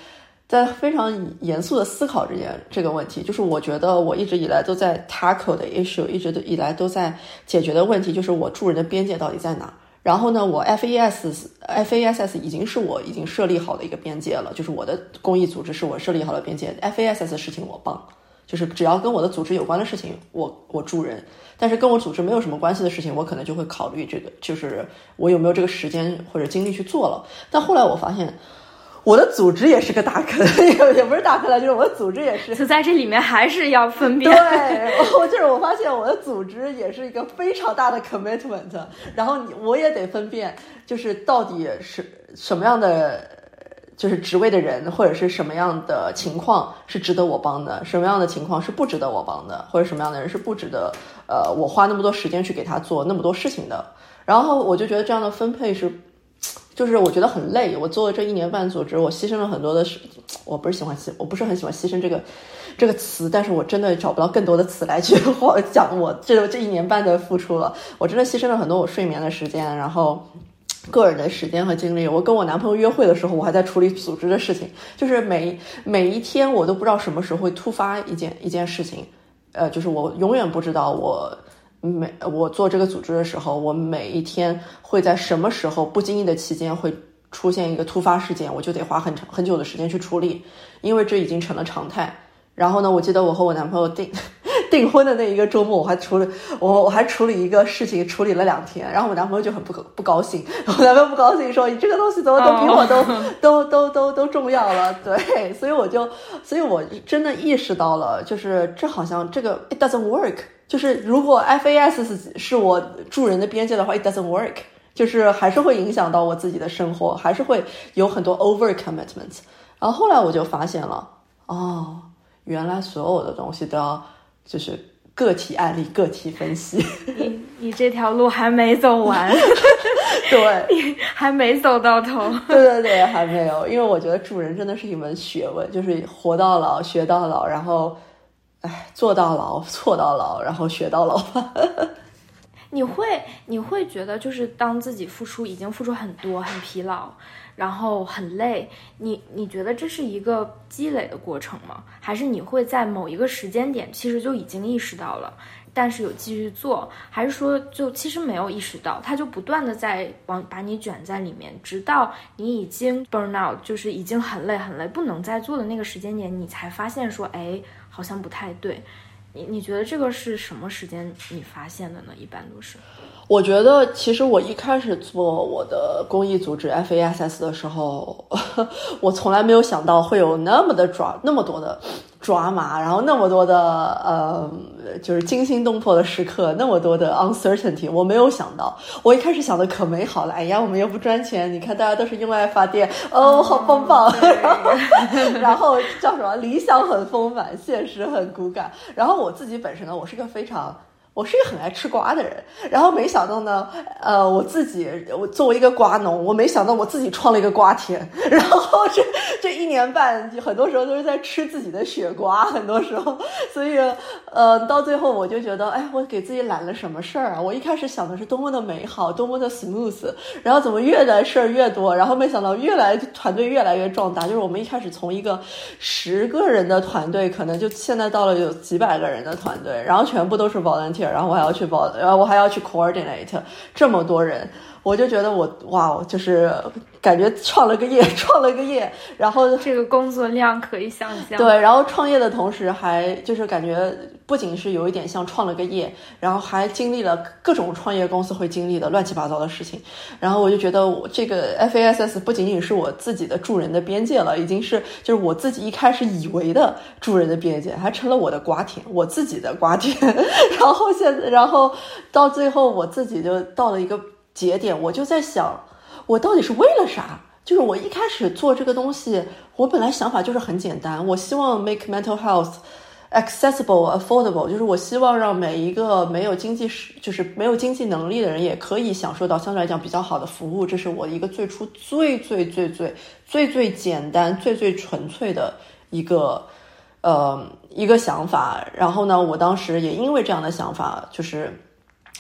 在非常严肃的思考这件这个问题，就是我觉得我一直以来都在 tackle 的 issue， 一直以来都在解决的问题，就是我助人的边界到底在哪。然后呢，我 F A S F A S S 已经是我已经设立好的一个边界了，就是我的公益组织是我设立好的边界。F A S S 的事情我帮，就是只要跟我的组织有关的事情，我我助人。但是跟我组织没有什么关系的事情，我可能就会考虑这个，就是我有没有这个时间或者精力去做了。但后来我发现，我的组织也是个大坑，也不是大坑了，就是我的组织也是。 就在这里面还是要分辨。 对，我就是我发现我的组织也是一个非常大的 commitment， 然后我也得分辨，就是到底是什么样的，就是职位的人或者是什么样的情况是值得我帮的，什么样的情况是不值得我帮的，或者什么样的人是不值得呃我花那么多时间去给他做那么多事情的。然后我就觉得这样的分配是。就是我觉得很累，我做了这一年半组织，我牺牲了很多的事，我不是喜欢牺，我不是很喜欢牺牲这个这个词，但是我真的找不到更多的词来去讲我这这一年半的付出了。我真的牺牲了很多我睡眠的时间，然后个人的时间和精力。我跟我男朋友约会的时候，我还在处理组织的事情，就是每每一天我都不知道什么时候会突发一件一件事情，呃，就是我永远不知道我。每我做这个组织的时候，我每一天会在什么时候不经意的期间会出现一个突发事件，我就得花很长很久的时间去处理，因为这已经成了常态。然后呢，我记得我和我男朋友订订婚的那一个周末，我还处理我我还处理一个事情，处理了两天。然后我男朋友就很不不高兴，我男朋友不高兴说：“你这个东西怎么都比我都、oh. 都都都都重要了。”对，所以我就，所以我真的意识到了，就是这好像这个 it doesn't work。就是如果 F A S 是我助人的边界的话 it doesn't work， 就是还是会影响到我自己的生活，还是会有很多 over commitment。 然后后来我就发现了，哦，原来所有的东西都要就是个体案例个体分析。 你你这条路还没走完。 对， 你还没走到头。 对对对，还没有。因为我觉得助人真的是一门学问，就是活到老学到老，然后哎，做到老，错到老，然后学到老吧。 你会你会觉得，就是当自己付出已经付出很多，很疲劳，然后很累，你你觉得这是一个积累的过程吗？还是你会在某一个时间点其实就已经意识到了，但是有继续做？还是说就其实没有意识到，它就不断的在往把你卷在里面，直到你已经 burn out， 就是已经很累很累不能再做的那个时间点，你才发现说，哎，好像不太对。你你觉得这个是什么时间你发现的呢？一般都是， 我觉得其实我一开始做我的公益组织 F A S S 的时候，我从来没有想到会有那么的抓那么多的抓马，然后那么多的呃，就是惊心动魄的时刻，那么多的 uncertainty， 我没有想到。我一开始想的可美好了，哎呀，我们又不赚钱，你看大家都是用爱发电，哦，好棒棒。然后，然后叫什么？理想很丰满，现实很骨感。然后我自己本身呢，我是个非常。我是一个很爱吃瓜的人，然后没想到呢，呃，我自己我作为一个瓜农，我没想到我自己创了一个瓜田，然后这这一年半，很多时候都是在吃自己的雪瓜，很多时候，所以呃，到最后我就觉得，哎，我给自己揽了什么事儿啊？我一开始想的是多么的美好，多么的 smooth， 然后怎么越来事儿越多，然后没想到越来团队越来越壮大，就是我们一开始从一个十个人的团队，可能就现在到了有几百个人的团队，然后全部都是 volunteer。然后我还要去报，然后我还要去 coordinate 这么多人，我就觉得我哇，就是感觉创了个业，创了个业。然后这个工作量可以想象。 对，然后创业的同时还就是感觉不仅是有一点像创了个业，然后还经历了各种创业公司会经历的乱七八糟的事情。然后我就觉得我这个 F A S S 不仅仅是我自己的助人的边界了，已经是就是我自己一开始以为的助人的边界，还成了我的瓜田，我自己的瓜田。然后现在，然后到最后我自己就到了一个节点，我就在想，我到底是为了啥？就是我一开始做这个东西，我本来想法就是很简单，我希望 make mental health accessible, affordable， 就是我希望让每一个没有经济就是没有经济能力的人也可以享受到相对来讲比较好的服务，这是我一个最初最最最最最最简单最最纯粹的一个呃一个想法。然后呢，我当时也因为这样的想法，就是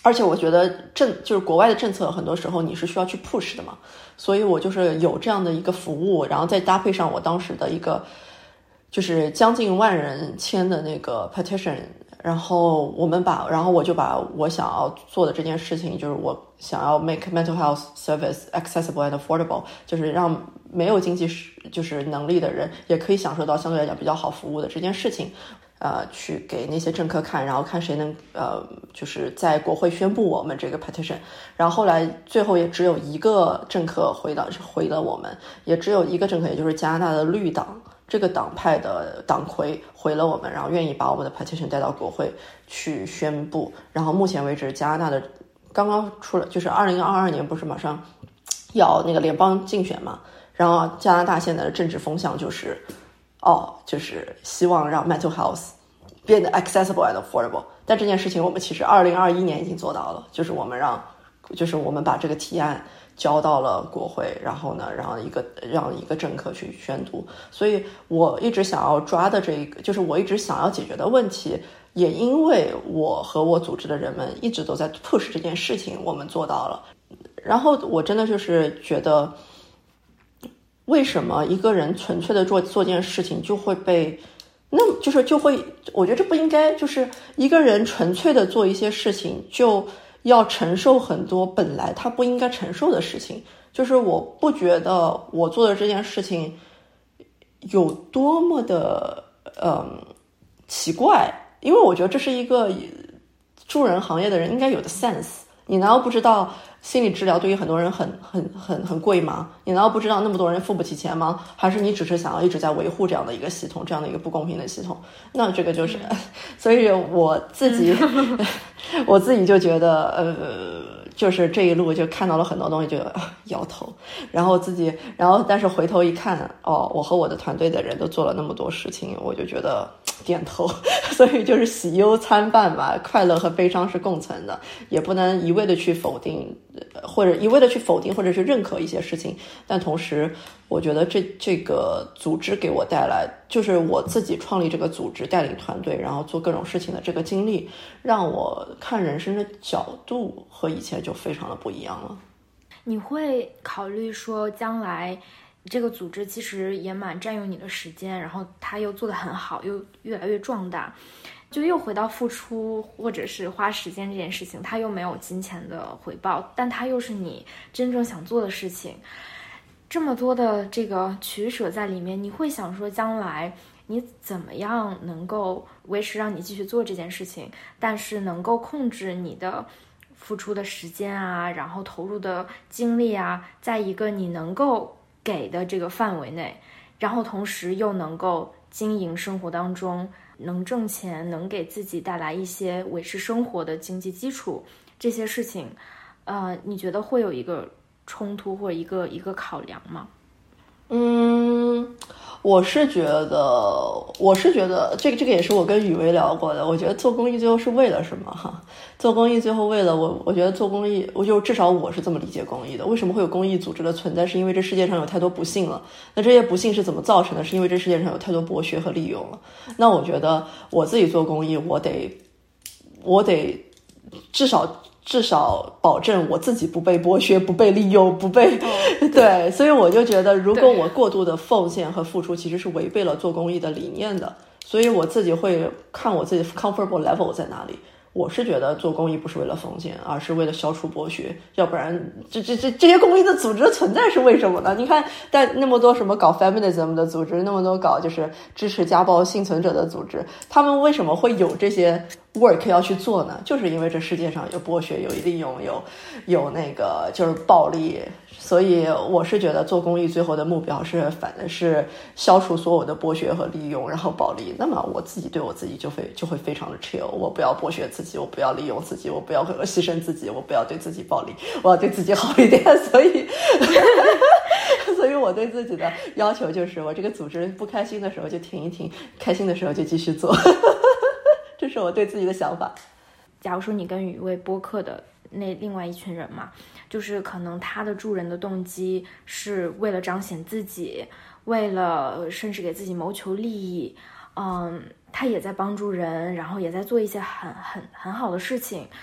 而且我觉得政就是国外的政策，很多时候你是需要去 push 的嘛，所以我就是有这样的一个服务，然后再搭配上我当时的一个就是将近万人签的那个 petition， 然后我们把，然后我就把我想要做的这件事情，就是我想要 make mental health service accessible and affordable， 就是让没有经济就是能力的人也可以享受到相对来讲比较好服务的这件事情。呃，去给那些政客看，然后看谁能呃，就是在国会宣布我们这个 petition。然后后来最后也只有一个政客回到回了我们，也只有一个政客，也就是加拿大的绿党这个党派的党魁回了我们，然后愿意把我们的 petition 带到国会去宣布。然后目前为止，加拿大的刚刚出了，就是二零二二年不是马上要那个联邦竞选嘛，然后加拿大现在的政治风向就是。哦，就是希望让 mental health 变得 accessible and affordable， 但这件事情我们其实二零二一年已经做到了，就是我们让，就是我们把这个提案交到了国会，然后呢，让一个让一个政客去宣读。所以我一直想要抓的这一个，就是我一直想要解决的问题，也因为我和我组织的人们一直都在 push 这件事情，我们做到了。然后我真的就是觉得。为什么一个人纯粹的做做件事情就会被，那就是就会，我觉得这不应该，就是一个人纯粹的做一些事情就要承受很多本来他不应该承受的事情。就是我不觉得我做的这件事情有多么的嗯奇怪，因为我觉得这是一个助人行业的人应该有的 sense。你难道不知道心理治疗对于很多人很很很很贵吗？你难道不知道那么多人付不起钱吗？还是你只是想要一直在维护这样的一个系统，这样的一个不公平的系统？那这个就是，所以我自己我自己就觉得，呃，就是这一路就看到了很多东西就摇头，然后自己，然后但是回头一看，哦，我和我的团队的人都做了那么多事情，我就觉得点头。所以就是喜忧参半吧，快乐和悲伤是共存的，也不能一味的去否定，或者一味的去否定或者是认可一些事情。但同时我觉得这这个组织给我带来，就是我自己创立这个组织，带领团队，然后做各种事情的这个经历，让我看人生的角度和以前就非常的不一样了。 你会考虑说将来这个组织其实也蛮占用你的时间，然后它又做得很好，又越来越壮大，就又回到付出或者是花时间这件事情，它又没有金钱的回报，但它又是你真正想做的事情，这么多的这个取舍在里面，你会想说将来你怎么样能够维持让你继续做这件事情，但是能够控制你的付出的时间啊，然后投入的精力啊，在一个你能够给的这个范围内，然后同时又能够经营生活当中能挣钱，能给自己带来一些维持生活的经济基础，这些事情呃，你觉得会有一个冲突或者一个一个考量吗？ 嗯，我是觉得，我是觉得这个这个也是我跟雨薇聊过的。我觉得做公益最后是为了什么？哈，做公益最后为了我，我觉得做公益，我就至少我是这么理解公益的。为什么会有公益组织的存在？是因为这世界上有太多不幸了。那这些不幸是怎么造成的？是因为这世界上有太多剥削和利用了。那我觉得我自己做公益，我得，我得至少。至少保证我自己不被剥削，不被利用，不被、哦、对, 对，所以我就觉得，如果我过度的奉献和付出，其实是违背了做公益的理念的。所以我自己会看我自己 comfortable level 在哪里。我是觉得做公益不是为了奉献，而是为了消除剥削，要不然这这这这些公益的组织的存在是为什么呢？你看，但那么多什么搞 feminism 的组织，那么多搞就是支持家暴幸存者的组织，他们为什么会有这些 work 要去做呢？就是因为这世界上有剥削，有利用，有有那个就是暴力。所以我是觉得做公益最后的目标是反的是消除所有的剥削和利用，然后暴力。那么我自己对我自己就会就会非常的 chill， 我不要剥削自己，我不要利用自己，我不要牺牲自己，我不要对自己暴力，我要对自己好一点。所以所以我对自己的要求就是我这个组织不开心的时候就停一停，开心的时候就继续做。这是我对自己的想法。 假如说你跟雨薇播客的那另外一群人嘛，就是可能他的助人的动机是为了彰显自己，为了甚至给自己谋求利益，嗯，他也在帮助人，然后也在做一些很很很好的事情，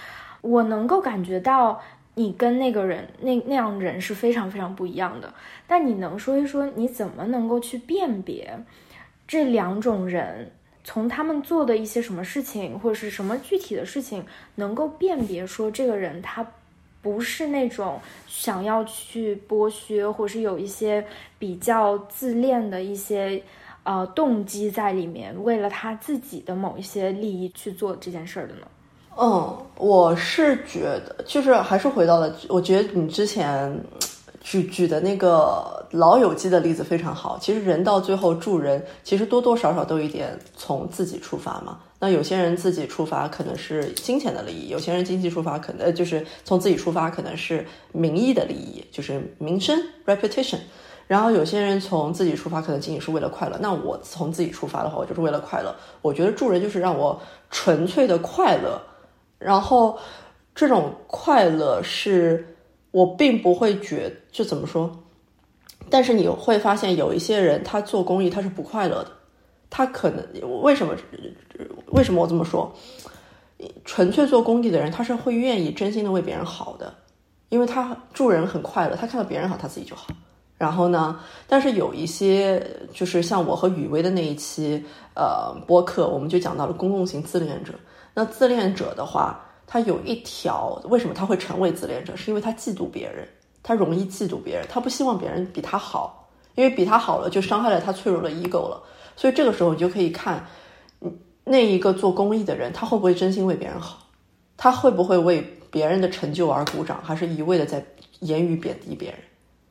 我能够感觉到你跟那个人那那样人是非常非常不一样的，但你能说一说你怎么能够去辨别这两种人，从他们做的一些什么事情或者是什么具体的事情，能够辨别说这个人他不是那种想要去剥削，或是有一些比较自恋的一些呃动机在里面，为了他自己的某一些利益去做这件事儿的呢？ 嗯，我是觉得就是还是回到了，我觉得你之前举举的那个老友记的例子非常好。其实人到最后助人，其实多多少少都有一点从自己出发嘛。那有些人自己出发可能是金钱的利益，有些人经济出发可能就是从自己出发可能是名义的利益，就是名声 reputation。然后有些人从自己出发可能仅仅是为了快乐。那我从自己出发的话，我就是为了快乐。我觉得助人就是让我纯粹的快乐，然后这种快乐是我并不会觉，就怎么说，但是你会发现有一些人他做公益他是不快乐的。他可能为什么为什么我这么说，纯粹做公益的人他是会愿意真心的为别人好的，因为他助人很快乐，他看到别人好他自己就好。然后呢，但是有一些就是像我和雨薇的那一期呃播客，我们就讲到了公共型自恋者。那自恋者的话，他有一条，为什么他会成为自恋者，是因为他嫉妒别人，他容易嫉妒别人，他不希望别人比他好，因为比他好了就伤害了他脆弱的 ego 了。所以这个时候你就可以看那一个做公益的人，他会不会真心为别人好，他会不会为别人的成就而鼓掌，还是一味的在言语贬低别人。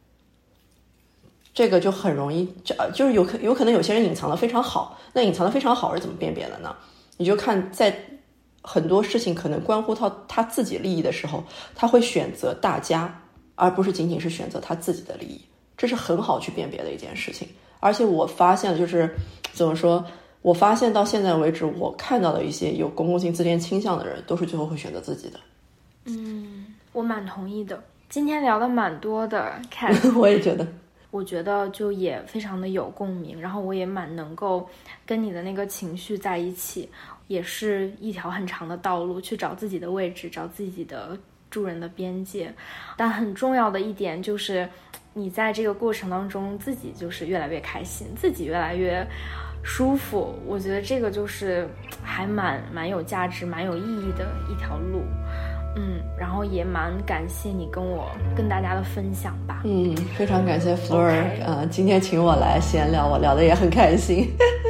这个就很容易，就是有可有可能有些人隐藏的非常好，那隐藏的非常好是怎么辨别的呢？你就看在很多事情可能关乎到他自己利益的时候，他会选择大家，而不是仅仅是选择他自己的利益，这是很好去辨别的一件事情。而且我发现就是怎么说，我发现到现在为止，我看到的一些有公共性自恋倾向的人，都是最后会选择自己的。 嗯，我蛮同意的。今天聊的蛮多的，看我也觉得。 我觉得就也非常的有共鸣，然后我也蛮能够跟你的那个情绪在一起，也是一条很长的道路去找自己的位置，找自己的助人的边界。但很重要的一点就是你在这个过程当中自己就是越来越开心，自己越来越舒服，我觉得这个就是还蛮蛮有价值蛮有意义的一条路。嗯，然后也蛮感谢你跟我跟大家的分享吧。 嗯，非常感谢 Fleur， 呃，今天请我来闲聊，我聊得也很开心。